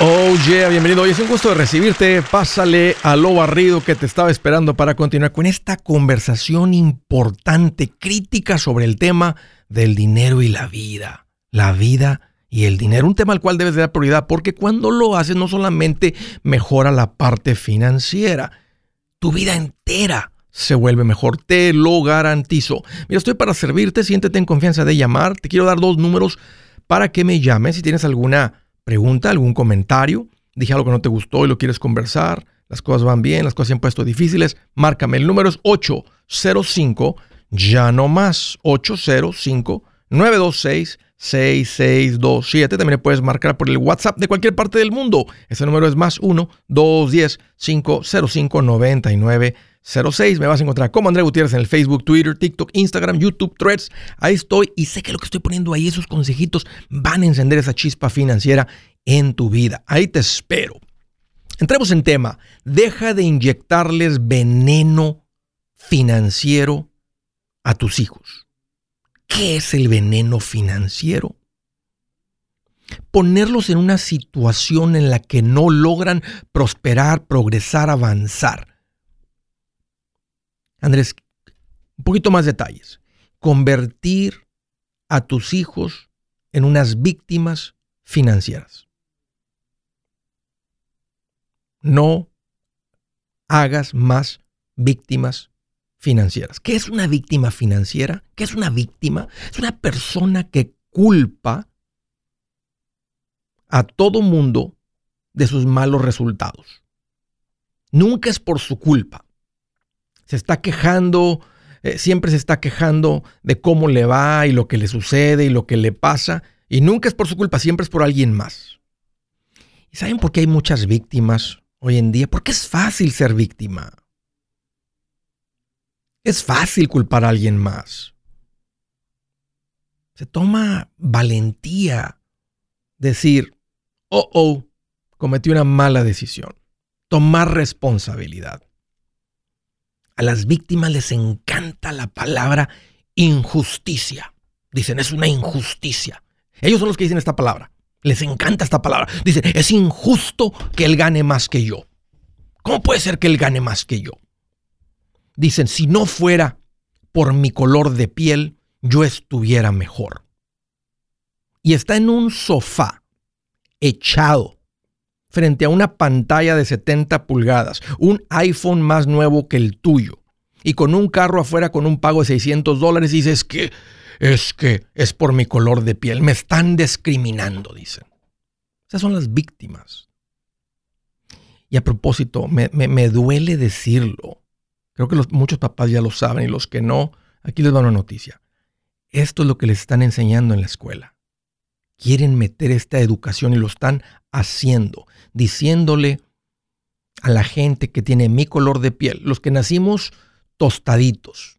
Oh yeah, bienvenido. Hoy es un gusto de recibirte. Pásale a lo barrido que te estaba esperando para continuar con esta conversación importante, crítica sobre el tema del dinero y la vida. La vida y el dinero, un tema al cual debes de dar prioridad porque cuando lo haces no solamente mejora la parte financiera, tu vida entera se vuelve mejor, te lo garantizo. Mira, estoy para servirte, siéntete en confianza de llamar. Te quiero dar 2 números para que me llames si tienes alguna pregunta, algún comentario, dije algo que no te gustó y lo quieres conversar, las cosas van bien, las cosas se han puesto difíciles, márcame. El número es 805, ya no más, 805-926-6627. También puedes marcar por el WhatsApp de cualquier parte del mundo. Ese número es más 1-210-505-9906. Me vas a encontrar como André Gutiérrez en el Facebook, Twitter, TikTok, Instagram, YouTube, Threads. Ahí estoy y sé que lo que estoy poniendo ahí, esos consejitos, van a encender esa chispa financiera en tu vida. Ahí te espero. Entremos en tema. Deja de inyectarles veneno financiero a tus hijos. ¿Qué es el veneno financiero? Ponerlos en una situación en la que no logran prosperar, progresar, avanzar. Andrés, un poquito más detalles. Convertir a tus hijos en unas víctimas financieras. No hagas más víctimas financieras. ¿Qué es una víctima financiera? ¿Qué es una víctima? Es una persona que culpa a todo mundo de sus malos resultados. Nunca es por su culpa. Se está quejando, siempre se está quejando de cómo le va y lo que le sucede y lo que le pasa. Y nunca es por su culpa, siempre es por alguien más. ¿Y saben por qué hay muchas víctimas hoy en día? Porque es fácil ser víctima. Es fácil culpar a alguien más. Se toma valentía decir, cometí una mala decisión. Tomar responsabilidad. A las víctimas les encanta la palabra injusticia. Dicen, es una injusticia. Ellos son los que dicen esta palabra. Les encanta esta palabra. Dicen, es injusto que él gane más que yo. ¿Cómo puede ser que él gane más que yo? Dicen, si no fuera por mi color de piel, yo estuviera mejor. Y está en un sofá, echado, frente a una pantalla de 70 pulgadas, un iPhone más nuevo que el tuyo, y con un carro afuera con un pago de $600, y dices, es que es por mi color de piel, me están discriminando, dicen. Esas son las víctimas. Y a propósito, me duele decirlo. Creo que muchos papás ya lo saben y los que no, aquí les va una noticia. Esto es lo que les están enseñando en la escuela. Quieren meter esta educación y lo están haciendo, diciéndole a la gente que tiene mi color de piel, los que nacimos tostaditos,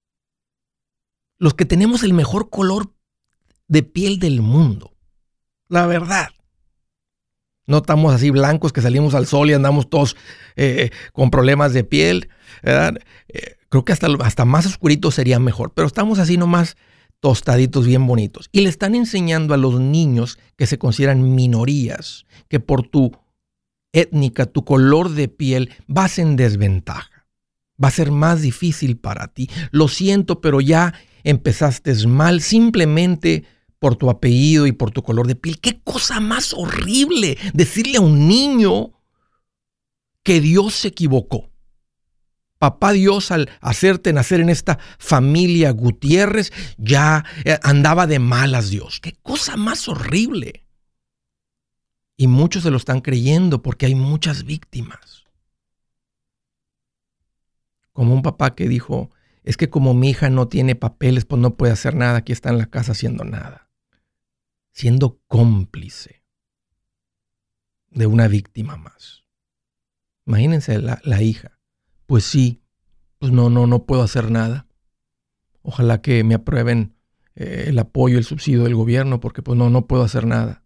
los que tenemos el mejor color de piel del mundo, la verdad. No estamos así blancos que salimos al sol y andamos todos con problemas de piel, ¿verdad? Creo que hasta más oscurito sería mejor, pero estamos así nomás tostaditos bien bonitos. Y le están enseñando a los niños que se consideran minorías, que por tu étnica, tu color de piel, vas en desventaja. Va a ser más difícil para ti. Lo siento, pero ya empezaste mal simplemente por tu apellido y por tu color de piel. ¡Qué cosa más horrible! Decirle a un niño que Dios se equivocó. Papá Dios, al hacerte nacer en esta familia Gutiérrez, ya andaba de malas Dios. ¡Qué cosa más horrible! Y muchos se lo están creyendo porque hay muchas víctimas. Como un papá que dijo, es que como mi hija no tiene papeles, pues no puede hacer nada, aquí está en la casa haciendo nada. Siendo cómplice de una víctima más. Imagínense la hija. Pues sí, pues no puedo hacer nada. Ojalá que me aprueben el apoyo, el subsidio del gobierno, porque pues no puedo hacer nada.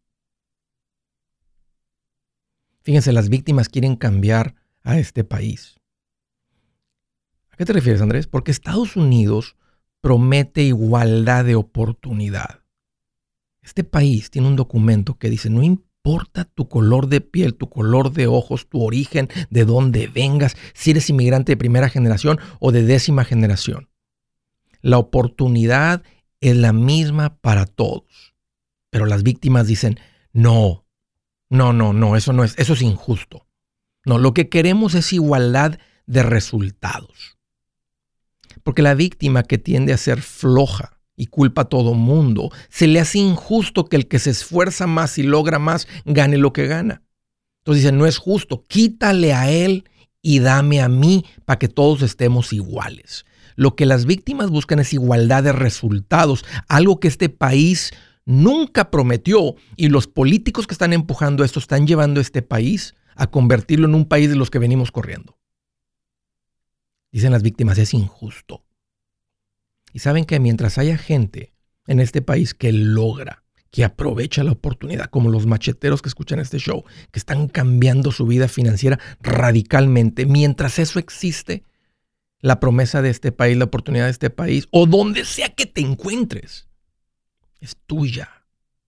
Fíjense, las víctimas quieren cambiar a este país. ¿A qué te refieres, Andrés? Porque Estados Unidos promete igualdad de oportunidad. Este país tiene un documento que dice, no importa tu color de piel, tu color de ojos, tu origen, de dónde vengas, si eres inmigrante de primera generación o de 10ª generación. La oportunidad es la misma para todos. Pero las víctimas dicen, no, eso no es, eso es injusto. No, lo que queremos es igualdad de resultados. Porque la víctima, que tiende a ser floja y culpa a todo mundo, se le hace injusto que el que se esfuerza más y logra más gane lo que gana. Entonces dicen, no es justo, quítale a él y dame a mí para que todos estemos iguales. Lo que las víctimas buscan es igualdad de resultados, algo que este país nunca prometió, y los políticos que están empujando esto están llevando a este país a convertirlo en un país de los que venimos corriendo. Dicen las víctimas, es injusto. Y saben que mientras haya gente en este país que logra, que aprovecha la oportunidad, como los macheteros que escuchan este show, que están cambiando su vida financiera radicalmente, mientras eso existe, la promesa de este país, la oportunidad de este país, o donde sea que te encuentres, es tuya.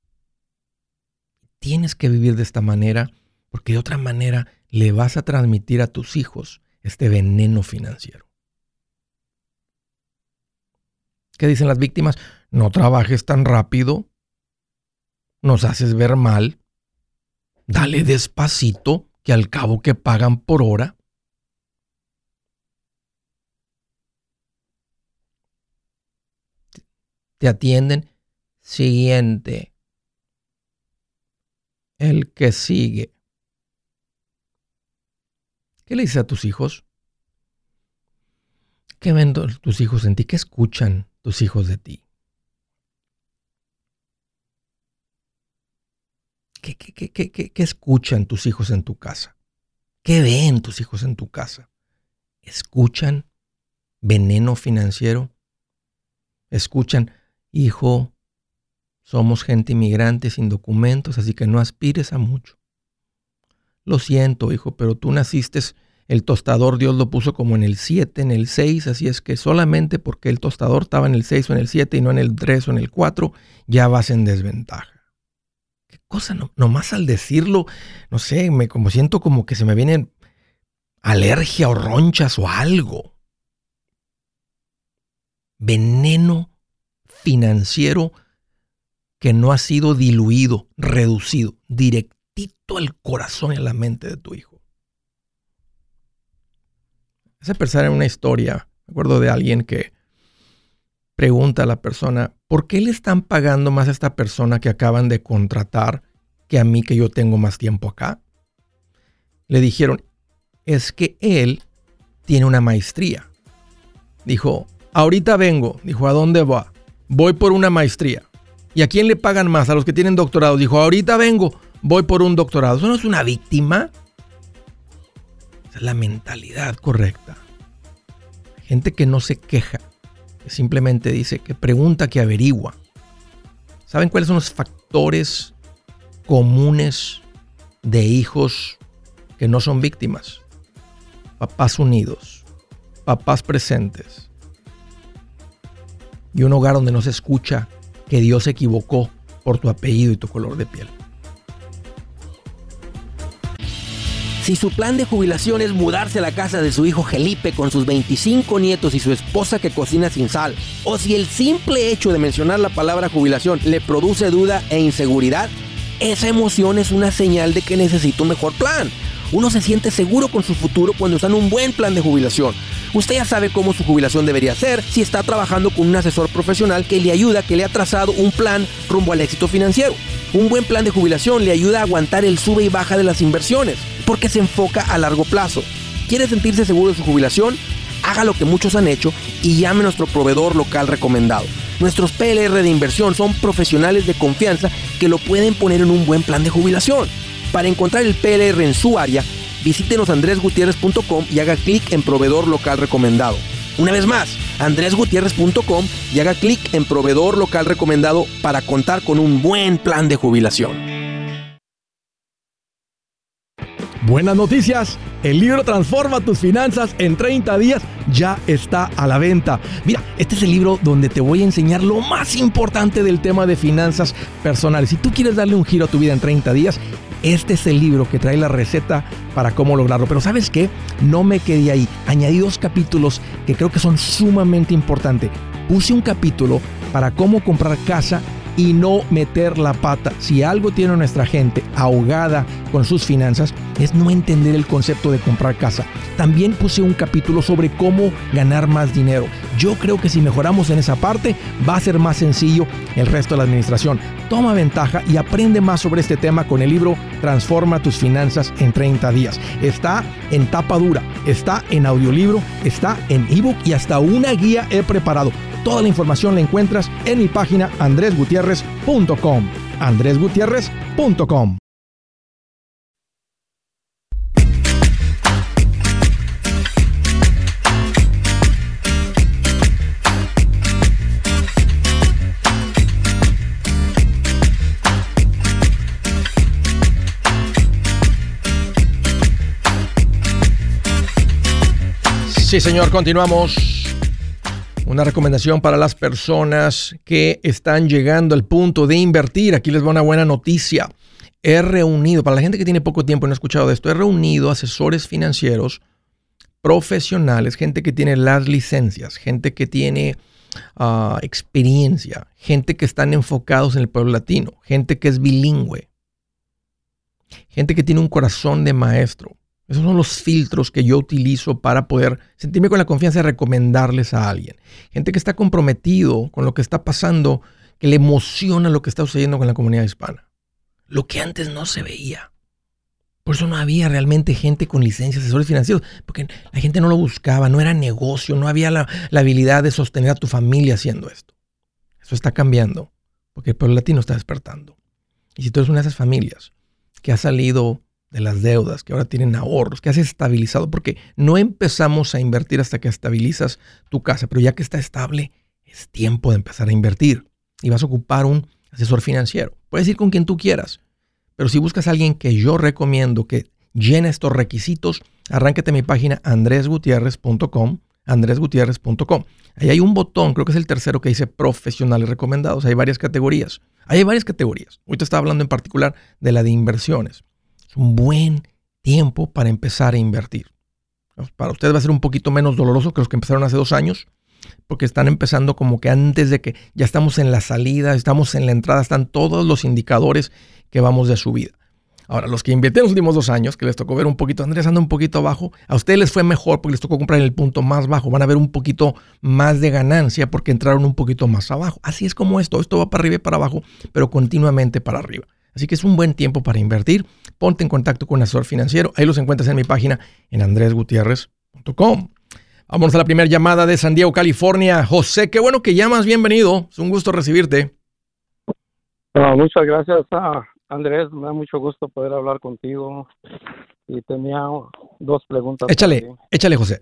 Tienes que vivir de esta manera, porque de otra manera le vas a transmitir a tus hijos este veneno financiero. ¿Qué dicen las víctimas? No trabajes tan rápido, nos haces ver mal, dale despacito, que al cabo que pagan por hora. Te atienden. Siguiente. El que sigue. ¿Qué le dices a tus hijos? ¿Qué ven tus hijos en ti? ¿Qué escuchan tus hijos de ti? ¿Qué escuchan tus hijos en tu casa? ¿Qué ven tus hijos en tu casa? ¿Escuchan veneno financiero? ¿Escuchan, hijo, somos gente inmigrante sin documentos, así que no aspires a mucho? Lo siento, hijo, pero tú naciste, el tostador Dios lo puso como en el 7, en el 6, así es que solamente porque el tostador estaba en el 6 o en el 7 y no en el 3 o en el 4, ya vas en desventaja. ¿Qué cosa? Nomás al decirlo, no sé, como siento como que se me viene alergia o ronchas o algo. Veneno financiero que no ha sido diluido, reducido, directito al corazón y a la mente de tu hijo. Hace pensar en una historia. Me acuerdo de alguien que pregunta a la persona, ¿por qué le están pagando más a esta persona que acaban de contratar que a mí, que yo tengo más tiempo acá? Le dijeron, es que él tiene una maestría. Dijo, ahorita vengo. Dijo, ¿a dónde va? Voy por una maestría. ¿Y a quién le pagan más? A los que tienen doctorado. Dijo, ahorita vengo. Voy por un doctorado. ¿Eso no es una víctima? Esa es la mentalidad correcta. Gente que no se queja, que simplemente dice, que pregunta, que averigua. ¿Saben cuáles son los factores comunes de hijos que no son víctimas? Papás unidos, papás presentes y un hogar donde no se escucha que Dios se equivocó por tu apellido y tu color de piel. Si su plan de jubilación es mudarse a la casa de su hijo Felipe con sus 25 nietos y su esposa que cocina sin sal, o si el simple hecho de mencionar la palabra jubilación le produce duda e inseguridad, esa emoción es una señal de que necesita un mejor plan. Uno se siente seguro con su futuro cuando está en un buen plan de jubilación. Usted ya sabe cómo su jubilación debería ser si está trabajando con un asesor profesional que le ayuda, que le ha trazado un plan rumbo al éxito financiero. Un buen plan de jubilación le ayuda a aguantar el sube y baja de las inversiones, porque se enfoca a largo plazo. ¿Quiere sentirse seguro de su jubilación? Haga lo que muchos han hecho y llame a nuestro proveedor local recomendado. Nuestros PLR de inversión son profesionales de confianza que lo pueden poner en un buen plan de jubilación. Para encontrar el PLR en su área, visítenos andresgutierrez.com y haga clic en proveedor local recomendado. Una vez más, andresgutierrez.com y haga clic en proveedor local recomendado para contar con un buen plan de jubilación. Buenas noticias, el libro Transforma tus finanzas en 30 días ya está a la venta. Mira, este es el libro donde te voy a enseñar lo más importante del tema de finanzas personales. Si tú quieres darle un giro a tu vida en 30 días, este es el libro que trae la receta para cómo lograrlo. Pero ¿sabes qué? No me quedé ahí. Añadí 2 capítulos que creo que son sumamente importantes. Puse un capítulo para cómo comprar casa y no meter la pata. Si algo tiene nuestra gente ahogada con sus finanzas, es no entender el concepto de comprar casa. También puse un capítulo sobre cómo ganar más dinero. Yo creo que si mejoramos en esa parte, va a ser más sencillo el resto de la administración. Toma ventaja y aprende más sobre este tema con el libro Transforma tus finanzas en 30 días. Está en tapa dura, está en audiolibro, está en ebook y hasta una guía he preparado. Toda la información la encuentras en mi página andresgutierrez.com. andresgutierrez.com. Sí, señor, continuamos. Una recomendación para las personas que están llegando al punto de invertir. Aquí les va una buena noticia. He reunido, para la gente que tiene poco tiempo y no ha escuchado de esto, he reunido asesores financieros profesionales, gente que tiene las licencias, gente que tiene experiencia, gente que están enfocados en el pueblo latino, gente que es bilingüe, gente que tiene un corazón de maestro. Esos son los filtros que yo utilizo para poder sentirme con la confianza de recomendarles a alguien. Gente que está comprometido con lo que está pasando, que le emociona lo que está sucediendo con la comunidad hispana. Lo que antes no se veía. Por eso no había realmente gente con licencias, asesores financieros, porque la gente no lo buscaba, no era negocio, no había la habilidad de sostener a tu familia haciendo esto. Eso está cambiando, porque el pueblo latino está despertando. Y si tú eres una de esas familias que ha salido de las deudas, que ahora tienen ahorros, que has estabilizado, porque no empezamos a invertir hasta que estabilizas tu casa, pero ya que está estable, es tiempo de empezar a invertir y vas a ocupar un asesor financiero. Puedes ir con quien tú quieras, pero si buscas a alguien que yo recomiendo que llene estos requisitos, arráncate a mi página andresgutierrez.com, andresgutierrez.com. Ahí hay un botón, creo que es el tercero, que dice profesionales recomendados. Hay varias categorías. Hay varias categorías. Ahorita estaba hablando en particular de la de inversiones. Es un buen tiempo para empezar a invertir. Para ustedes va a ser un poquito menos doloroso que los que empezaron hace 2 años, porque están empezando como que antes de que ya estamos en la salida, estamos en la entrada, están todos los indicadores que vamos de subida. Ahora, los que invirtieron los últimos 2 años, que les tocó ver un poquito, Andrés anda un poquito abajo, a ustedes les fue mejor porque les tocó comprar en el punto más bajo, van a ver un poquito más de ganancia porque entraron un poquito más abajo. Así es como esto va para arriba y para abajo, pero continuamente para arriba. Así que es un buen tiempo para invertir. Ponte en contacto con un asesor financiero. Ahí los encuentras en mi página en andresgutierrez.com. Vamos a la primera llamada de San Diego, California. José, qué bueno que llamas. Bienvenido. Es un gusto recibirte. Muchas gracias, Andrés. Me da mucho gusto poder hablar contigo. Y tenía 2 preguntas. Échale, José.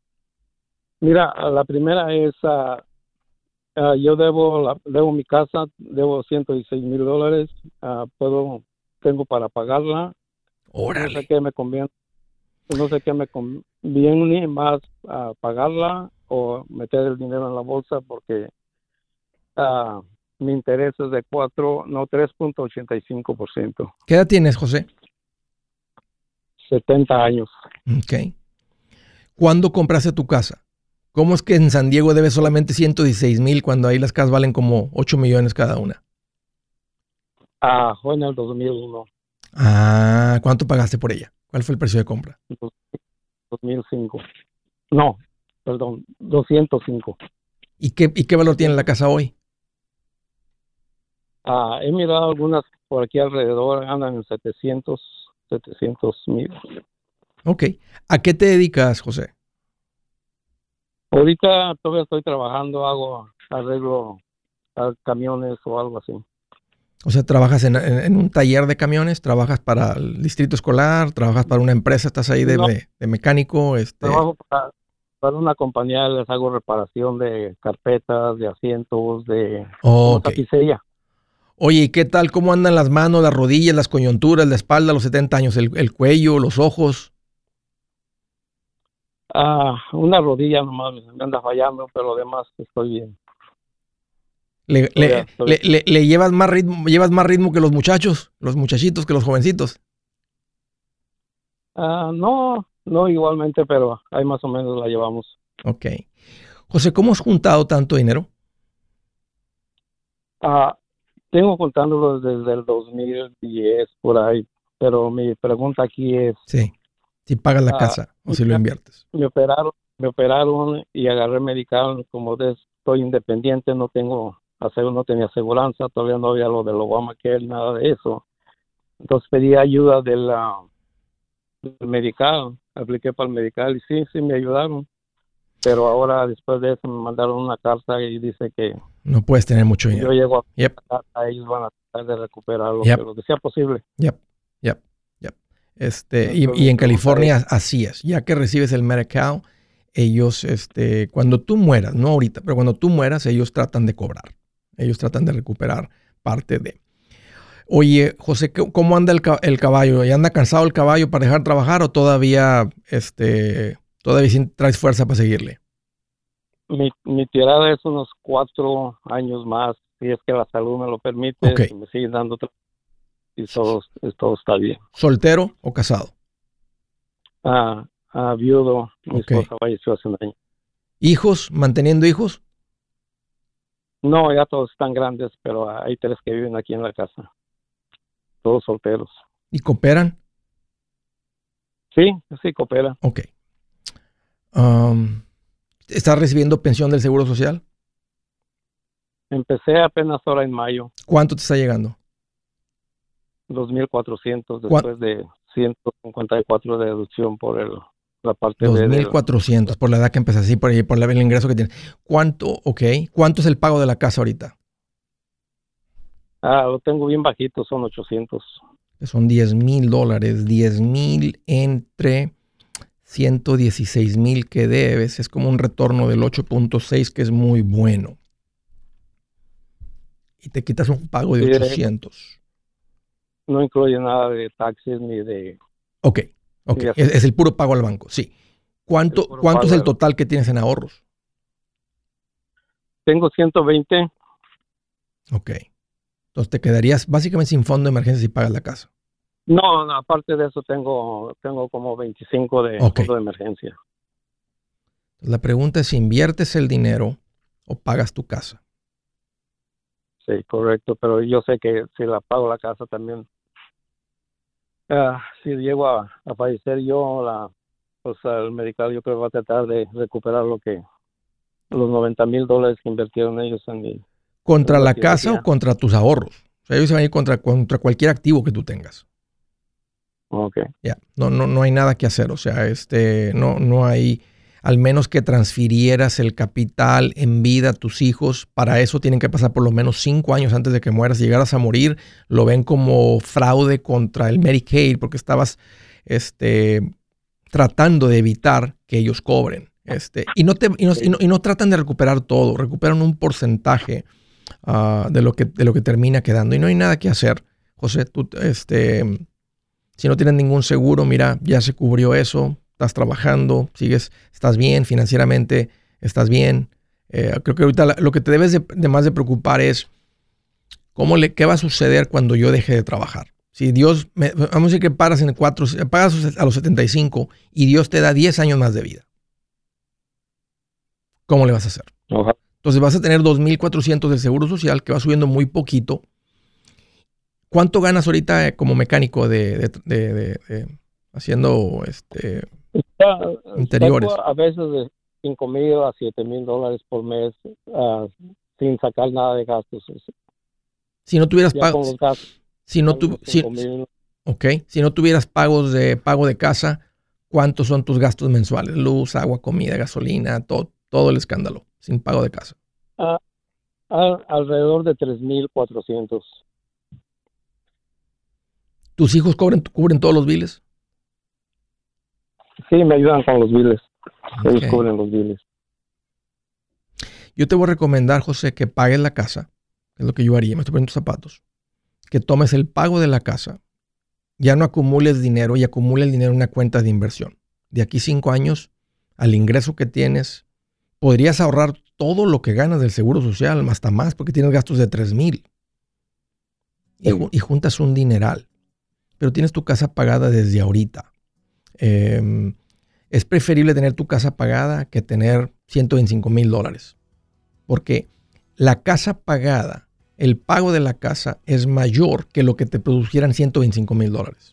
Mira, la primera es, yo debo mi casa, debo $116,000. Tengo para pagarla. Órale. No sé qué me conviene más, pagarla o meter el dinero en la bolsa, porque mi interés es de 3.85%. ¿Qué edad tienes, José? 70 años. Ok. ¿Cuándo compraste tu casa? ¿Cómo es que en San Diego debes solamente 116,000 cuando ahí las casas valen como 8 millones cada una? Fue en el 2001. ¿Cuánto pagaste por ella? ¿Cuál fue el precio de compra? 2005. No, perdón, 205. ¿Y qué valor tiene la casa hoy? He mirado algunas por aquí alrededor, andan en 700,000. Ok. ¿A qué te dedicas, José? Ahorita todavía estoy trabajando, arreglo camiones o algo así. O sea, ¿trabajas en un taller de camiones? ¿Trabajas para el distrito escolar? ¿Trabajas para una empresa? ¿Estás ahí de mecánico? Trabajo para una compañía, les hago reparación de carpetas, de asientos, de tapicería. Oye, ¿y qué tal? ¿Cómo andan las manos, las rodillas, las coyunturas, la espalda a los 70 años, el cuello, los ojos? Una rodilla nomás me anda fallando, pero lo demás estoy bien. ¿Le, le, Todavía. le llevas más ritmo que los muchachos, los muchachitos, que los jovencitos? No igualmente, pero ahí más o menos la llevamos. Ok. José, ¿cómo has juntado tanto dinero? Tengo contándolo desde el 2010 por ahí, pero mi pregunta aquí es, Sí. Si pagas la ah, casa o si lo inviertes. me operaron y agarré medical, como estoy independiente, no tenía aseguranza, todavía no había lo del Obamacare, nada de eso. Entonces pedí ayuda del medical, apliqué para el medical y sí me ayudaron. Pero ahora después de eso me mandaron una carta y dice que No puedes tener mucho yo dinero. llego Yep, a ellos van a tratar de recuperar yep, lo que sea posible. yep, yep, yep. Entonces Y mi en pregunta es, California así es. Ya que recibes el Medi-Cal, ellos, cuando tú mueras, no ahorita, pero cuando tú mueras, ellos tratan de cobrar. Ellos tratan de recuperar parte de. Oye, José, ¿cómo anda el caballo? ¿Ya anda cansado el caballo para dejar trabajar o todavía traes fuerza para seguirle? mi tirada es unos 4 años más, si es que la salud me lo permite, Ok. si me siguen dando y todo está bien. ¿Soltero o casado? Viudo, mi Ok. esposa falleció hace un año. ¿Hijos? ¿Manteniendo hijos? No, ya todos están grandes, pero hay 3 que viven aquí en la casa, todos solteros. ¿Y cooperan? Sí, sí, coopera. Ok. Um, ¿Estás recibiendo pensión del Seguro Social? Empecé apenas ahora en mayo. ¿Cuánto te está llegando? 2,400 ¿Cuánto? después de 154 de deducción por la parte Dos B mil del... cuatrocientos por la edad que empezaste, sí, por el ingreso que tienes. ¿Cuánto? Ok. ¿Cuánto es el pago de la casa ahorita? Lo tengo bien bajito, son 800. Que son $10,000. 10,000 entre 116,000 que debes. Es como un retorno del 8.6 que es muy bueno. Y te quitas un pago de Sí, 800. no incluye nada de taxes ni de... Ok. Ni de Es el puro pago al banco, sí. el ¿Cuánto, puro cuánto es pago el del... total que tienes en ahorros? Tengo 120. Ok. Entonces te quedarías básicamente sin fondo de emergencia si pagas la casa. No, aparte de eso tengo como 25 de Ok. fondo de emergencia. La pregunta es si inviertes el dinero o pagas tu casa. Sí, correcto, pero yo sé que si la pago la casa también, si llego a fallecer yo, pues el medical yo creo que va a tratar de recuperar los $90,000 que invirtieron ellos en ¿Contra la la casa o cirugía. contra tus ahorros? O sea, ellos se van a ir contra cualquier activo que tú tengas. Okay. Ya, no hay nada que hacer. O sea, no hay, al menos que transfirieras el capital en vida a tus hijos. Para eso tienen que pasar por lo menos 5 años antes de que mueras. Si llegaras a morir, lo ven como fraude contra el Medicaid porque estabas, tratando de evitar que ellos cobren. Y no tratan de recuperar todo, recuperan un porcentaje de lo que termina quedando. Y no hay nada que hacer, José. Si no tienes ningún seguro, mira, ya se cubrió eso, estás trabajando, estás bien financieramente, estás bien. Creo que ahorita lo que te debes de más de preocupar es qué va a suceder cuando yo deje de trabajar. Si vamos a decir que pagas a los 75 y Dios te da 10 años más de vida. ¿Cómo le vas a hacer? Ojalá. Entonces vas a tener 2,400 del Seguro Social, que va subiendo muy poquito. ¿Cuánto ganas ahorita como mecánico haciendo Ya, interiores? saco a veces de 5,000 a $7,000 por mes, sin sacar nada de gastos. Si no tuvieras Ya con pagos, los gastos, si no unos tu- si, 5,000. ok, si no tuvieras pago de casa, ¿cuántos son tus gastos mensuales? Luz, agua, comida, gasolina, todo el escándalo, sin pago de casa. Ah, Alrededor de 3,400. ¿Tus hijos cubren todos los biles? Sí, me ayudan con los biles. Ellos Ok. cubren los biles. Yo te voy a recomendar, José, que pagues la casa, que es lo que yo haría, me estoy poniendo tus zapatos, que tomes el pago de la casa, ya no acumules dinero y acumule el dinero en una cuenta de inversión. De aquí 5 años, al ingreso que tienes, podrías ahorrar todo lo que ganas del seguro social, hasta más, porque tienes gastos de 3,000. Y juntas un dineral. Pero tienes tu casa pagada desde ahorita. Es preferible tener tu casa pagada que tener $125,000. Porque la casa pagada, el pago de la casa es mayor que lo que te produjeran $125,000.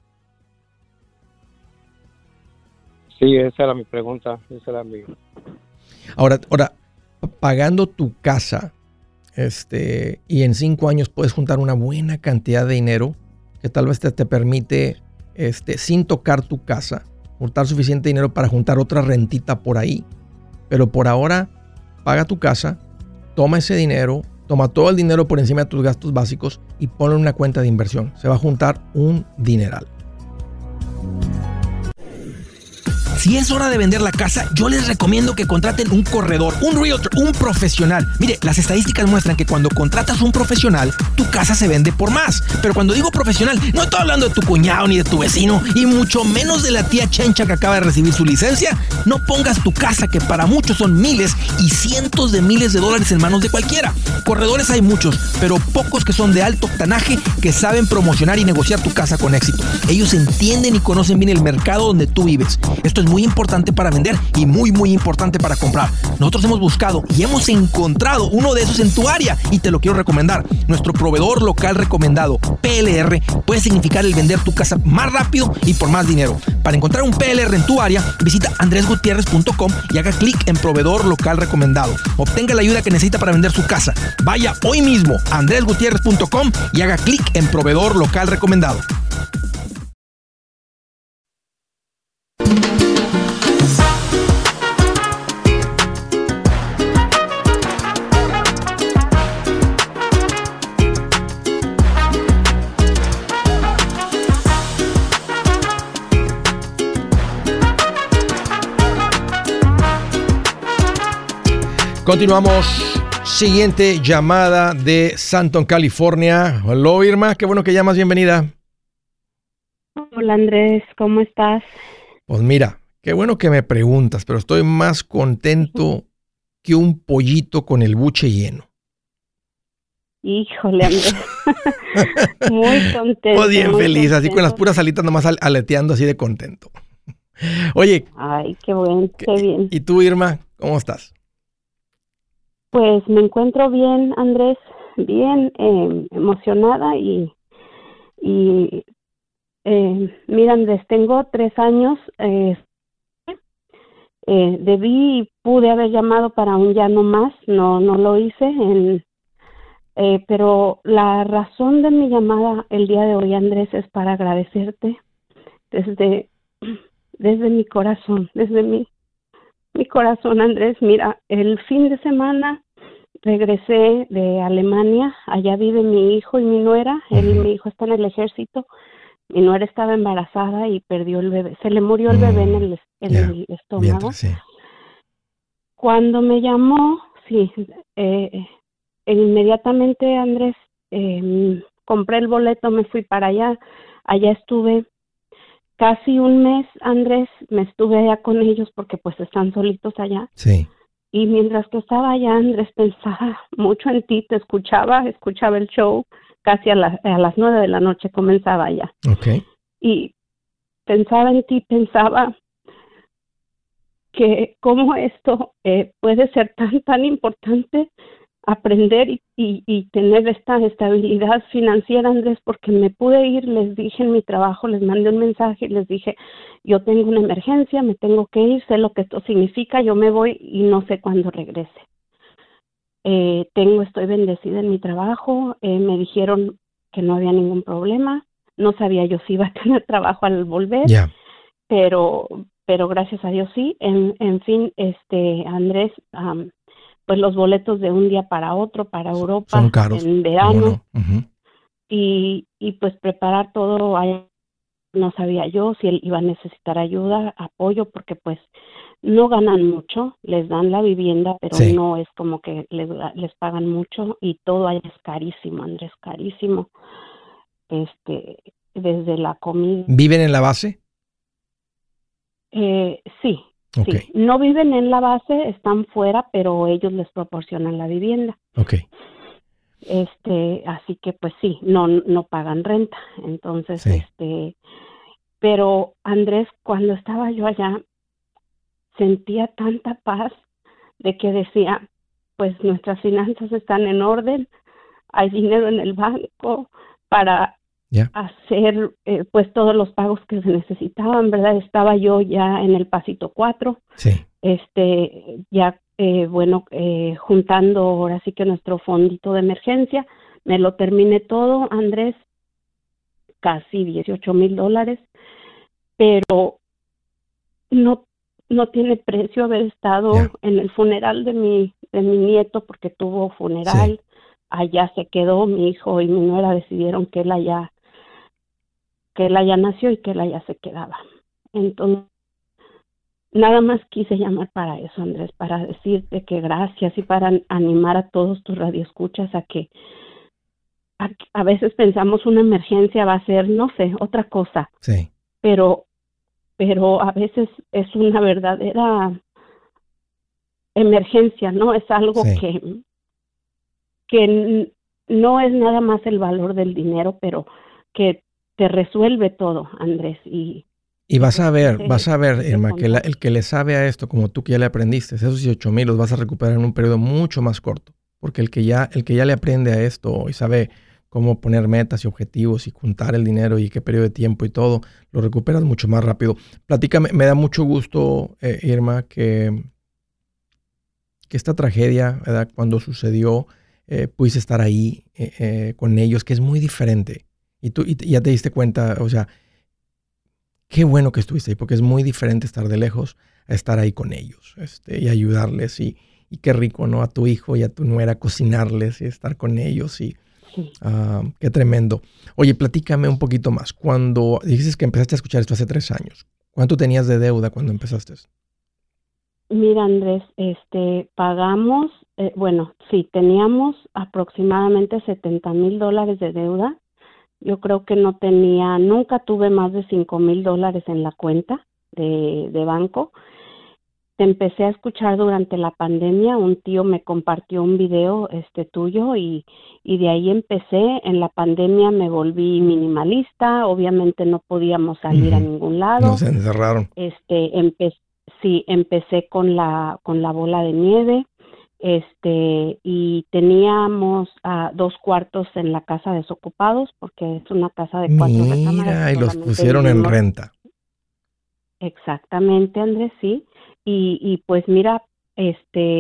Sí, esa era mi pregunta. Ahora, pagando tu casa, y en 5 años puedes juntar una buena cantidad de dinero que tal vez te permite, sin tocar tu casa, juntar suficiente dinero para juntar otra rentita por ahí. Pero por ahora, paga tu casa, toma ese dinero, toma todo el dinero por encima de tus gastos básicos y ponlo en una cuenta de inversión. Se va a juntar un dineral. Si es hora de vender la casa, yo les recomiendo que contraten un corredor, un realtor, un profesional. Mire, las estadísticas muestran que cuando contratas un profesional, tu casa se vende por más. Pero cuando digo profesional, no estoy hablando de tu cuñado ni de tu vecino, y mucho menos de la tía Chencha que acaba de recibir su licencia. No pongas tu casa, que para muchos son miles y cientos de miles de dólares, en manos de cualquiera. Corredores hay muchos, pero pocos que son de alto octanaje, que saben promocionar y negociar tu casa con éxito. Ellos entienden y conocen bien el mercado donde tú vives. Esto es muy importante para vender y muy importante para comprar. Nosotros hemos buscado y hemos encontrado uno de esos en tu área y te lo quiero recomendar. Nuestro proveedor local recomendado, PLR, puede significar el vender tu casa más rápido y por más dinero. Para encontrar un PLR en tu área, visita andresgutierrez.com y haga clic en proveedor local recomendado. Obtenga la ayuda que necesita para vender su casa. Vaya hoy mismo a andresgutierrez.com y haga clic en proveedor local recomendado. Continuamos. Siguiente llamada de Santon, California. Hola, Irma, qué bueno que llamas, bienvenida. Hola Andrés, ¿cómo estás? Pues mira, qué bueno que me preguntas, pero estoy más contento que un pollito con el buche lleno. Híjole, Andrés. Muy contento. Pues bien muy feliz, contento. así con las puras alitas nomás aleteando así de contento. Oye. Ay, qué bueno, qué bien. ¿Y tú, Irma, cómo estás? Pues me encuentro bien, Andrés, bien emocionada y mira, Andrés, tengo 3 años, debí y pude haber llamado para un ya no más, no lo hice, pero la razón de mi llamada el día de hoy, Andrés, es para agradecerte desde mi corazón, desde mi corazón, Andrés. Mira, el fin de semana regresé de Alemania, allá vive mi hijo y mi nuera, mi hijo está en el ejército, mi nuera estaba embarazada y perdió el bebé, se le murió el bebé en el estómago. Vientre, sí. Cuando me llamó, sí, inmediatamente, Andrés, compré el boleto, me fui para allá estuve casi un mes, Andrés, me estuve allá con ellos porque pues están solitos allá. Sí. Y mientras que estaba allá, Andrés, pensaba mucho en ti, te escuchaba el show, casi a las 9 de la noche comenzaba ya. Okay. Y pensaba en ti, pensaba que cómo esto puede ser tan importante, aprender y tener esta estabilidad financiera, Andrés, porque me pude ir, les dije en mi trabajo, les mandé un mensaje y les dije, yo tengo una emergencia, me tengo que ir, sé lo que esto significa, yo me voy y no sé cuándo regrese. Estoy bendecida en mi trabajo, me dijeron que no había ningún problema, no sabía yo si iba a tener trabajo al volver, pero gracias a Dios sí. En fin, Andrés, pues los boletos de un día para otro, para Europa, son caros, en verano, uh-huh. y pues preparar todo allá no sabía yo si él iba a necesitar ayuda, apoyo, porque pues no ganan mucho, les dan la vivienda, pero Sí. no es como que les pagan mucho y todo ahí es carísimo, Andrés, carísimo. Desde la comida. ¿Viven en la base? Sí, Ok, sí. No viven en la base, están fuera, pero ellos les proporcionan la vivienda. ok. Así que pues sí, no pagan renta. Entonces, Sí. pero Andrés, cuando estaba yo allá, sentía tanta paz de que decía, pues nuestras finanzas están en orden, hay dinero en el banco para hacer pues todos los pagos que se necesitaban, ¿verdad? Estaba yo ya en el pasito 4, Sí. ya juntando ahora sí que nuestro fondito de emergencia, me lo terminé todo, Andrés, casi $18,000, pero no tiene precio haber estado en el funeral de mi nieto, porque tuvo funeral, allá se quedó, mi hijo y mi nuera decidieron que él allá nació y que él allá se quedaba. Entonces, nada más quise llamar para eso, Andrés, para decirte que gracias y para animar a todos tus radioescuchas a que a veces pensamos una emergencia va a ser, no sé, otra cosa. Sí. Pero a veces es una verdadera emergencia, ¿no? Es algo que no es nada más el valor del dinero, pero que te resuelve todo, Andrés. Y vas a ver, Irma, que el que le sabe a esto, como tú que ya le aprendiste, esos 18,000 los vas a recuperar en un periodo mucho más corto. Porque el que ya le aprende a esto y sabe cómo poner metas y objetivos y juntar el dinero y qué periodo de tiempo y todo, lo recuperas mucho más rápido. Platícame, me da mucho gusto, Irma, que esta tragedia, ¿verdad? Cuando sucedió, pudiste estar ahí con ellos, que es muy diferente. Y tú ya te diste cuenta, o sea, qué bueno que estuviste ahí, porque es muy diferente estar de lejos a estar ahí con ellos, y ayudarles, y qué rico, ¿no? A tu hijo y a tu nuera cocinarles y estar con ellos, y qué tremendo. Oye, platícame un poquito más. Cuando dijiste que empezaste a escuchar esto hace 3 años, ¿cuánto tenías de deuda cuando empezaste? Mira, Andrés, pagamos, teníamos aproximadamente $70,000 de deuda. Yo creo que nunca tuve más de $5,000 en la cuenta de banco. Te empecé a escuchar durante la pandemia, un tío me compartió un video tuyo y de ahí empecé. En la pandemia me volví minimalista, obviamente no podíamos salir a ningún lado. Nos encerraron. Empecé con la bola de nieve. Y teníamos 2 cuartos en la casa desocupados, porque es una casa de 4 recámaras. Mira, y los pusieron en renta. Exactamente, Andrés, sí. Y pues mira, y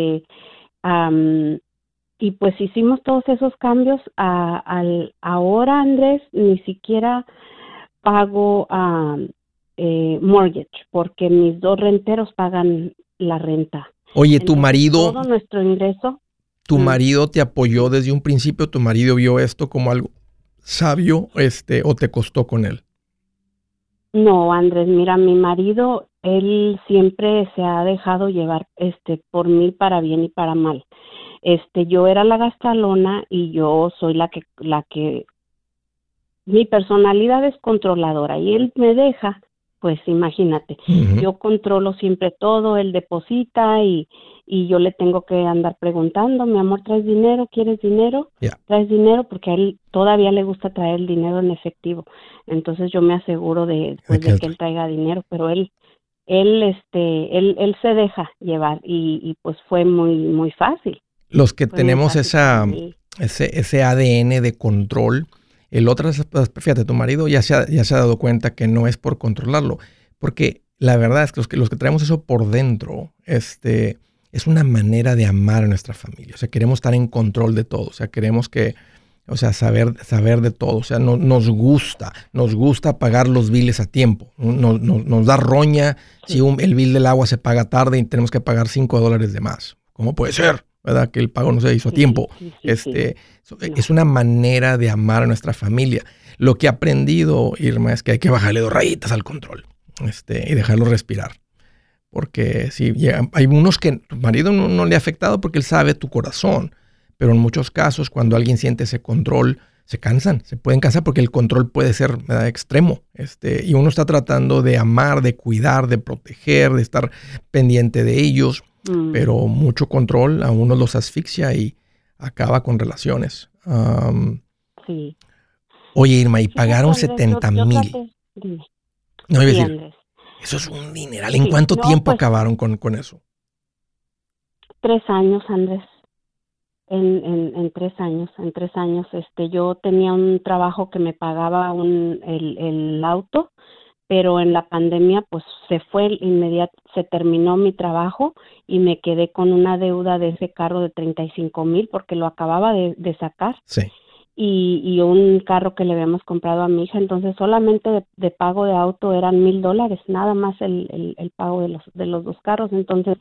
pues hicimos todos esos cambios. Ahora, Andrés, ni siquiera pago mortgage, porque mis 2 renteros pagan la renta. Oye, tu marido, todo nuestro ingreso. ¿Tu marido te apoyó desde un principio? ¿Tu marido vio esto como algo sabio, o te costó con él? No, Andrés, mira, mi marido, él siempre se ha dejado llevar, por mí, para bien y para mal. Yo era la gastalona y yo soy la que mi personalidad es controladora y él me deja. Pues imagínate, yo controlo siempre todo, él deposita y yo le tengo que andar preguntando, mi amor, ¿traes dinero? ¿Quieres dinero? ¿Traes dinero? Porque a él todavía le gusta traer el dinero en efectivo. Entonces yo me aseguro de que él traiga dinero, pero él se deja llevar y pues fue muy, muy fácil. Los que tenemos ese ADN de control. El otro, fíjate, tu marido ya se ha dado cuenta que no es por controlarlo, porque la verdad es que los que traemos eso por dentro, es una manera de amar a nuestra familia. O sea, queremos estar en control de todo. O sea, queremos saber de todo. O sea, nos gusta pagar los biles a tiempo. Nos da roña si el bill del agua se paga tarde y tenemos que pagar $5 de más. ¿Cómo puede ser? ¿Verdad? Que el pago no se hizo a tiempo. Es una manera de amar a nuestra familia. Lo que he aprendido, Irma, es que hay que bajarle 2 rayitas al control y dejarlo respirar. Porque si hay unos que tu marido no le ha afectado porque él sabe tu corazón. Pero en muchos casos, cuando alguien siente ese control, se cansan, se pueden cansar porque el control puede ser, ¿verdad?, extremo. Y uno está tratando de amar, de cuidar, de proteger, de estar pendiente de ellos. Pero mucho control a uno los asfixia y acaba con relaciones. Sí. Oye, Irma, y Fíjate, pagaron Andrés, 70,000. Dime. No, iba a Sí, decir, Andrés. eso es un dineral. ¿En Sí, cuánto no, tiempo pues acabaron con eso? 3 años, Andrés. En 3 años. En 3 años, yo tenía un trabajo que me pagaba el auto, pero en la pandemia, pues se terminó mi trabajo y me quedé con una deuda de ese carro de 35,000 porque lo acababa de sacar. Sí. Y un carro que le habíamos comprado a mi hija, entonces solamente de pago de auto eran $1,000, nada más el pago de los 2 carros. Entonces,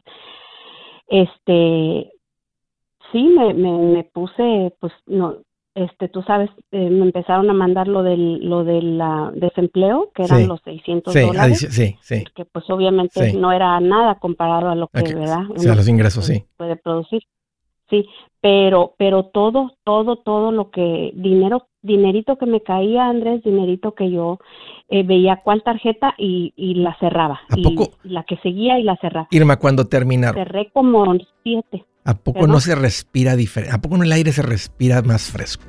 sí, me puse, pues no, tú sabes, me empezaron a mandar lo del desempleo, que eran Sí. los $600, Sí. que pues obviamente Sí. no era nada comparado a lo que, Okay. ¿verdad?, O sea, uno los ingresos, sí. puede producir. Sí, pero todo lo que, dinerito que me caía, Andrés, dinerito que yo veía cuál tarjeta y la cerraba. ¿A poco? Y la que seguía y la cerraba. Irma, cuando terminaron, Cerré como 7. ¿a poco ¿Perdón? no se respira diferente? ¿A poco no el aire se respira más fresco?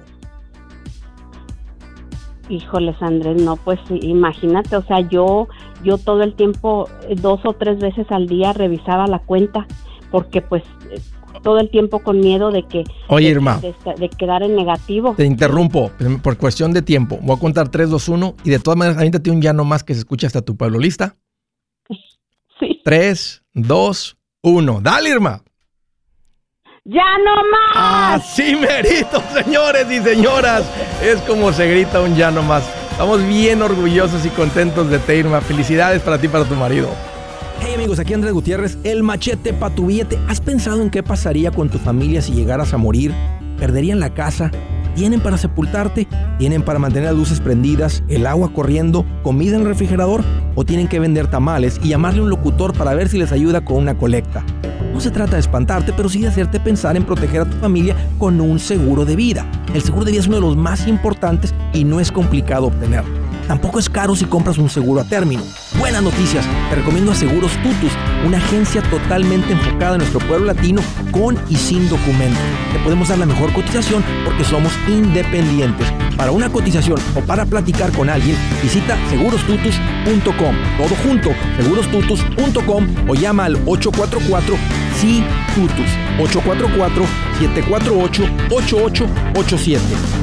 Híjoles, Andrés, no, pues sí, imagínate, o sea, yo todo el tiempo, 2 o 3 veces al día revisaba la cuenta, porque pues todo el tiempo con miedo de que... Oye, Irma, de quedar en negativo. te interrumpo por cuestión de tiempo. Voy a contar 3, 2, 1 y de todas maneras, aviéntate un ya no más que se escucha hasta tu pueblo. ¿Lista? Sí. 3, 2, 1. ¡Dale, Irma! ¡Ya no más! Así merito, señores y señoras. Es como se grita un ya no más. Estamos bien orgullosos y contentos de ti, Irma. Felicidades para ti y para tu marido. Hey amigos, aquí Andrés Gutiérrez, el machete para tu billete. ¿Has pensado en qué pasaría con tu familia si llegaras a morir? ¿Perderían la casa? ¿Tienen para sepultarte? ¿Tienen para mantener las luces prendidas, el agua corriendo, comida en el refrigerador? ¿O tienen que vender tamales y llamarle a un locutor para ver si les ayuda con una colecta? No se trata de espantarte, pero sí de hacerte pensar en proteger a tu familia con un seguro de vida. El seguro de vida es uno de los más importantes y no es complicado obtenerlo. Tampoco es caro si compras un seguro a término. Buenas noticias, te recomiendo a Seguros Tutus, una agencia totalmente enfocada en nuestro pueblo latino con y sin documentos. Te podemos dar la mejor cotización porque somos independientes. Para una cotización o para platicar con alguien, visita segurostutus.com. Todo junto, segurostutus.com o llama al 844-SI-TUTUS. 844-748-8887.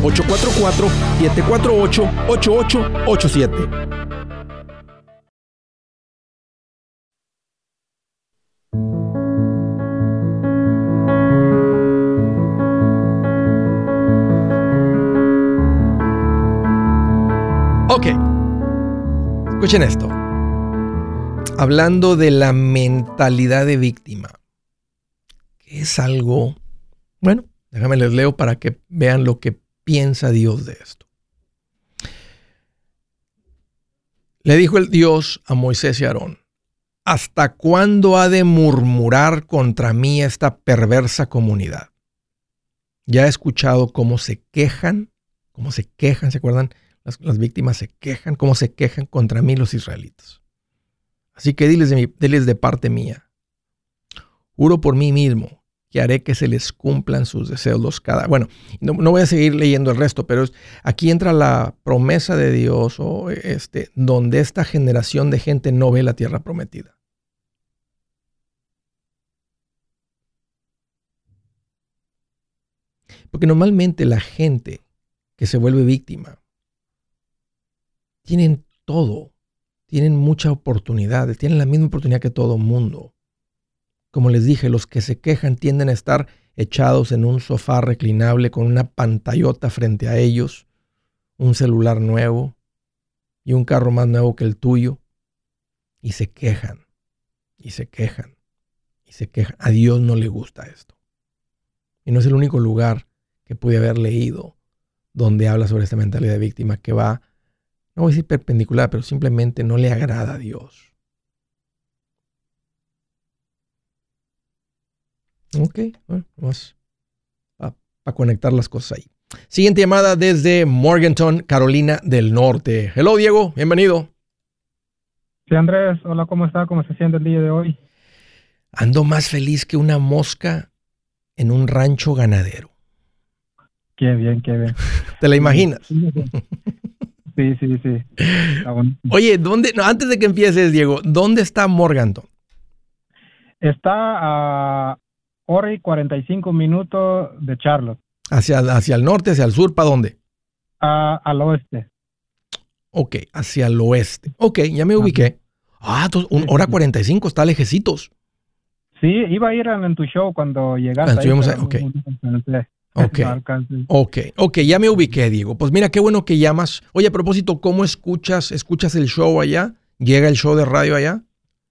844-748-8887. Ok, escuchen esto. Hablando de la mentalidad de víctima, que es algo, bueno, déjame les leo para que vean lo que piensa Dios de esto. Le dijo el Dios a Moisés y Aarón: ¿hasta cuándo ha de murmurar contra mí esta perversa comunidad? Ya he escuchado cómo se quejan, ¿se acuerdan? Las víctimas se quejan, cómo se quejan contra mí los israelitas. Así que diles de parte mía. Juro por mí mismo que haré que se les cumplan sus deseos. Bueno, no voy a seguir leyendo el resto, pero aquí entra la promesa de Dios, donde esta generación de gente no ve la tierra prometida. Porque normalmente la gente que se vuelve víctima tienen todo, tienen muchas oportunidades, tienen la misma oportunidad que todo mundo. Como les dije, los que se quejan tienden a estar echados en un sofá reclinable con una pantallota frente a ellos, un celular nuevo y un carro más nuevo que el tuyo, y se quejan, y se quejan, y se quejan. A Dios no le gusta esto. Y no es el único lugar que pude haber leído donde habla sobre esta mentalidad de víctima que va, no voy a decir perpendicular, pero simplemente no le agrada a Dios. Ok, bueno, vamos a conectar las cosas ahí. Siguiente llamada desde Morganton, Carolina del Norte. Hello, Diego, bienvenido. Sí, Andrés, hola, ¿cómo está? ¿Cómo se siente el día de hoy? Ando más feliz que una mosca en un rancho ganadero. Qué bien, qué bien. ¿Te la imaginas? Sí, sí, sí. Está bueno. Oye, ¿dónde? No, antes de que empieces, Diego, ¿dónde está Morganton? Está a hora y 45 minutos de Charlotte, ¿Hacia el norte, hacia el sur, para dónde? al oeste. Ok, hacia el oeste. Ok, ya me ubiqué. Entonces, hora 45, está lejecitos. Sí, iba a ir en tu show cuando llegaste. Estuvimos ahí, ok. Ok, ya me ubiqué, Diego. Pues mira, qué bueno que llamas. Oye, a propósito, ¿cómo escuchas el show allá? ¿Llega el show de radio allá?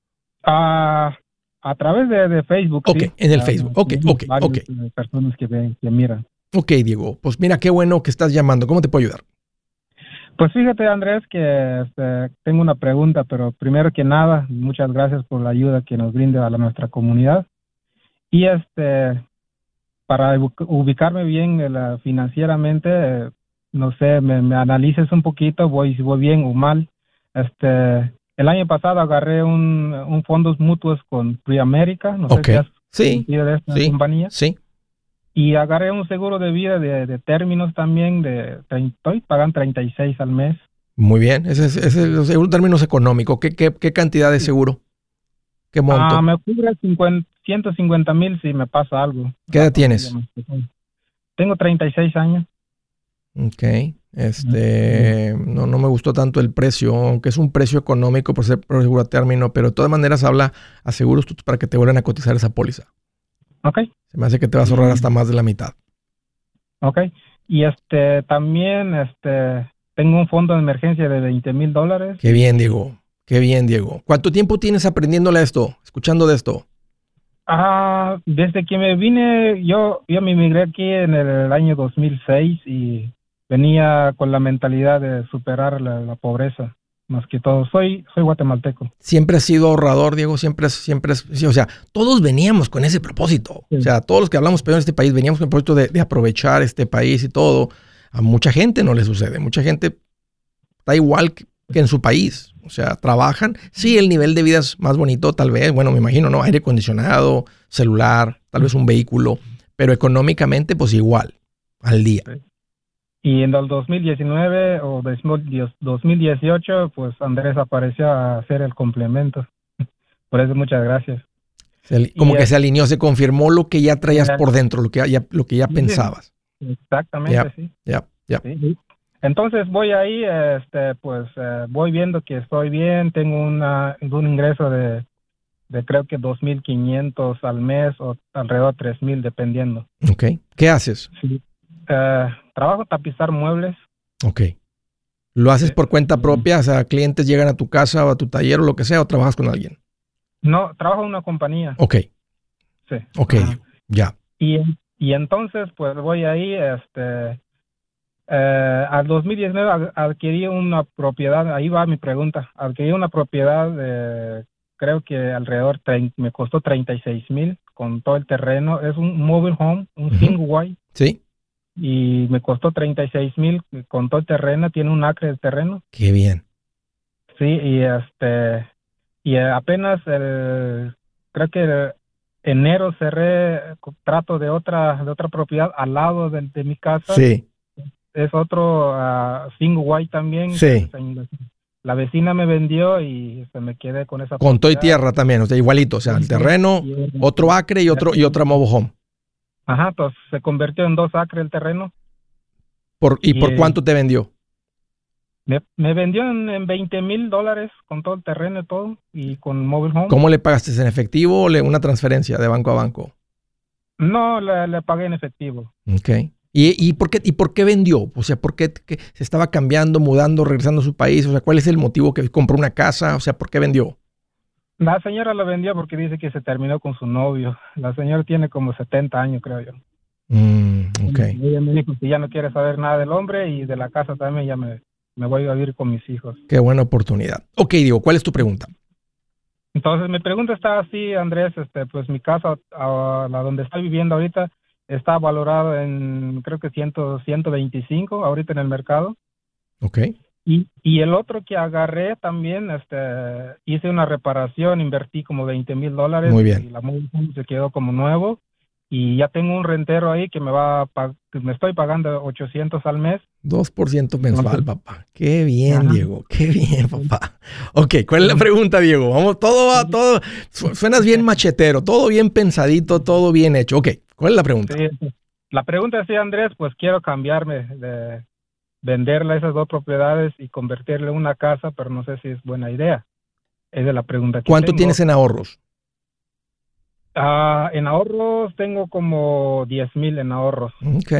A través de Facebook. Ok, sí. en el Facebook. Ok. Varias personas que miran. Ok, Diego. Pues mira, qué bueno que estás llamando. ¿Cómo te puedo ayudar? Pues fíjate, Andrés, que tengo una pregunta, pero primero que nada, muchas gracias por la ayuda que nos brinda a nuestra comunidad. Y para ubicarme bien financieramente, no sé, me analices un poquito, si voy bien o mal. El año pasado agarré un fondos mutuos con Pre-America, no sé si has conocido de esta compañía. Sí. Y agarré un seguro de vida de términos también, estoy pagando 36 al mes. Muy bien, ese es el seguro de términos económico. ¿Qué cantidad de seguro? ¿Qué monto? Me cubre 150,000 si me pasa algo. ¿Qué edad tienes? Tengo 36 años. Ok, no me gustó tanto el precio, aunque es un precio económico por ser seguro a término, pero de todas maneras habla a seguros para que te vuelvan a cotizar esa póliza. Ok. Se me hace que te vas a ahorrar hasta más de la mitad. Ok. Y también tengo un fondo de emergencia de $20,000. Qué bien, Diego. Qué bien, Diego. ¿Cuánto tiempo tienes aprendiéndole esto, escuchando de esto? Desde que me vine, yo me emigré aquí en el año 2006 y venía con la mentalidad de superar la pobreza, más que todo. Soy guatemalteco. Siempre has sido ahorrador, Diego, sí, o sea, todos veníamos con ese propósito. Sí. O sea, todos los que hablamos español en este país veníamos con el propósito de aprovechar este país y todo. A mucha gente no le sucede. Mucha gente está igual que en su país. O sea, trabajan. Sí, el nivel de vida es más bonito, tal vez. Bueno, me imagino, ¿no? Aire acondicionado, celular, tal vez un vehículo. Pero económicamente, pues igual, al día. Sí. Y en el 2019 o 2018, pues Andrés apareció a hacer el complemento. Por eso, muchas gracias. Como que se alineó, se confirmó lo que ya traías por dentro, lo que ya pensabas. Exactamente, sí. Sí. Entonces voy ahí, voy viendo que estoy bien, tengo un ingreso de creo que 2,500 al mes o alrededor de 3,000 dependiendo. Ok. ¿Qué haces? Sí. Trabajo tapizar muebles. Ok. ¿Lo haces por cuenta propia? O sea, clientes llegan a tu casa o a tu taller o lo que sea, o trabajas con alguien. No, trabajo en una compañía. Ok. Sí. Ok, ya. Y entonces, pues voy ahí, al 2019 adquirí una propiedad, ahí va mi pregunta, adquirí una propiedad creo que alrededor, me costó 36,000 con todo el terreno, es un mobile home, un single wide. Sí. Y me costó 36,000 con todo el terreno, tiene un acre de terreno. Qué bien. Sí, y apenas creo que enero cerré contrato de otra propiedad al lado de mi casa. Sí. Es otro single wide también. Sí. La vecina me vendió y me quedé con esa con propiedad. todo y tierra también, o sea, igualito, o sea, el terreno, otro acre y otra mobile home. Ajá, pues se convirtió en 2 acres el terreno. ¿Por cuánto te vendió? Me vendió en $20,000 con todo el terreno y todo, y con mobile home. ¿Cómo le pagaste? ¿En efectivo o una transferencia de banco a banco? No, le pagué en efectivo. Ok. ¿Y por qué vendió? O sea, ¿por qué se estaba cambiando, mudando, regresando a su país? O sea, ¿cuál es el motivo que compró una casa? O sea, ¿por qué vendió? La señora lo vendió porque dice que se terminó con su novio. La señora tiene como 70 años, creo yo. Okay. Ella me dijo que ya no quiere saber nada del hombre y de la casa también, ya me voy a vivir con mis hijos. Qué buena oportunidad. Ok, Diego, ¿cuál es tu pregunta? Entonces, mi pregunta está así, Andrés, pues mi casa, la donde estoy viviendo ahorita, está valorada en, creo que 125 ahorita en el mercado. Ok. Y el otro que agarré también, hice una reparación, invertí como $20,000. Muy bien. Y la mobile home se quedó como nuevo. Y ya tengo un rentero ahí que me estoy pagando $800 al mes. 2% mensual, papá. Qué bien, Ajá. Diego. Qué bien, papá. Ok, ¿cuál es la pregunta, Diego? Vamos, todo. Suenas bien machetero, todo bien pensadito, todo bien hecho. Ok, ¿cuál es la pregunta? Sí, la pregunta es, Andrés, pues quiero cambiarme de venderle esas 2 propiedades y convertirle en una casa, pero no sé si es buena idea. Esa es la pregunta que ¿Cuánto tengo. tienes en ahorros? En ahorros tengo como 10,000 en ahorros. Ok.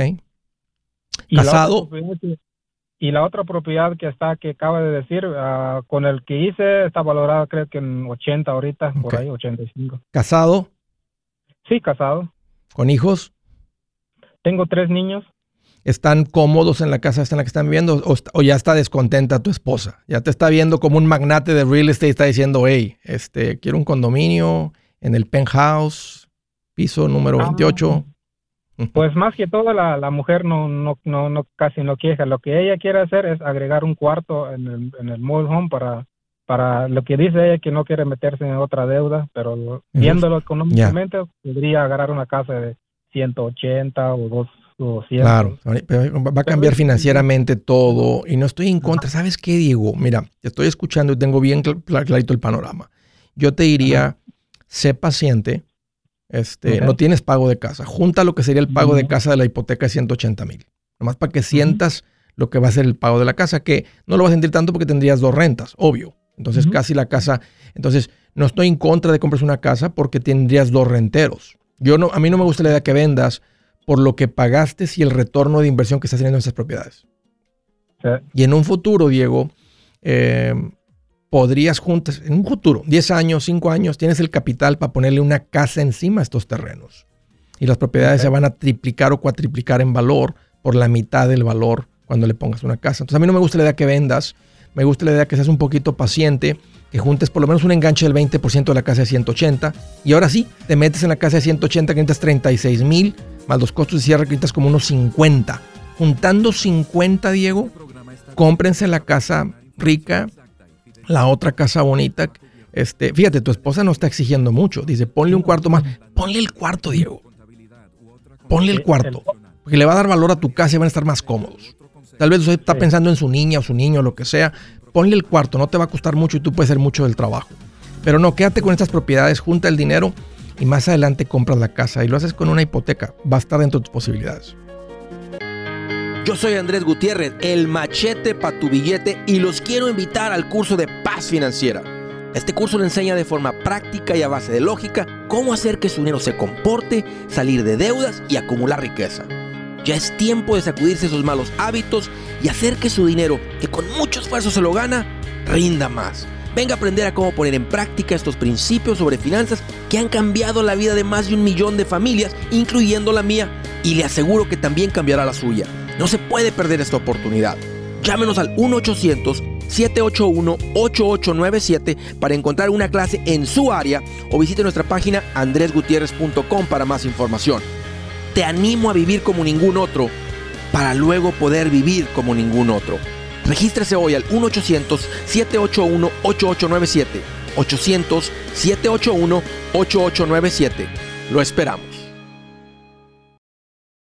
Y ¿Casado? La otra propiedad que acaba de decir, con el que hice, está valorada creo que en 80 ahorita, por ahí, 85. ¿Casado? Sí, casado. ¿Con hijos? Tengo 3 niños. ¿Están cómodos en la casa en la que están viviendo o ya está descontenta tu esposa? Ya te está viendo como un magnate de real estate y está diciendo, hey, quiero un condominio en el penthouse, piso número 28. Pues más que todo la mujer no casi no queja. Lo que ella quiere hacer es agregar un cuarto en el mobile home para lo que dice ella, que no quiere meterse en otra deuda, pero viéndolo económicamente, podría agarrar una casa de 180 o 200. Claro, pero va a cambiar financieramente todo y no estoy en contra. ¿Sabes qué, Diego? Mira, te estoy escuchando y tengo bien clarito el panorama. Yo te diría, sé paciente. No tienes pago de casa. Junta lo que sería el pago de casa de la hipoteca de 180,000. Nomás para que sientas lo que va a ser el pago de la casa, que no lo vas a sentir tanto porque tendrías 2 rentas, obvio. Entonces casi la casa. Entonces no estoy en contra de comprar una casa porque tendrías 2 renteros. A mí no me gusta la idea que vendas por lo que pagaste y el retorno de inversión que estás teniendo en esas propiedades. Sí. Y en un futuro, Diego, podrías juntas, en un futuro, 10 años, 5 años, tienes el capital para ponerle una casa encima a estos terrenos. Y las propiedades se van a triplicar o cuatriplicar en valor por la mitad del valor cuando le pongas una casa. Entonces a mí no me gusta la idea que vendas, me gusta la idea que seas un poquito paciente, que juntes por lo menos un enganche del 20% de la casa de 180. Y ahora sí, te metes en la casa de 180 que necesitas 36,000, más los costos de cierre que necesitas como unos 50. Juntando 50, Diego, cómprense la casa rica, la otra casa bonita. Fíjate, tu esposa no está exigiendo mucho. Dice, ponle un cuarto más. Ponle el cuarto, Diego. Ponle el cuarto. Porque le va a dar valor a tu casa y van a estar más cómodos. Tal vez usted está pensando en su niña o su niño o lo que sea. Ponle el cuarto, no te va a costar mucho y tú puedes hacer mucho del trabajo. Pero no, quédate con estas propiedades, junta el dinero y más adelante compras la casa y lo haces con una hipoteca. Va a estar dentro de tus posibilidades. Yo soy Andrés Gutiérrez, el machete para tu billete, y los quiero invitar al curso de Paz Financiera. Este curso le enseña de forma práctica y a base de lógica cómo hacer que su dinero se comporte, salir de deudas y acumular riqueza. Ya es tiempo de sacudirse esos malos hábitos y hacer que su dinero, que con mucho esfuerzo se lo gana, rinda más. Venga a aprender a cómo poner en práctica estos principios sobre finanzas que han cambiado la vida de más de 1 millón de familias, incluyendo la mía, y le aseguro que también cambiará la suya. No se puede perder esta oportunidad. Llámenos al 1-800-781-8897 para encontrar una clase en su área o visite nuestra página andresgutierrez.com para más información. Te animo a vivir como ningún otro para luego poder vivir como ningún otro. Regístrese hoy al 1-800-781-8897. 800-781-8897. Lo esperamos.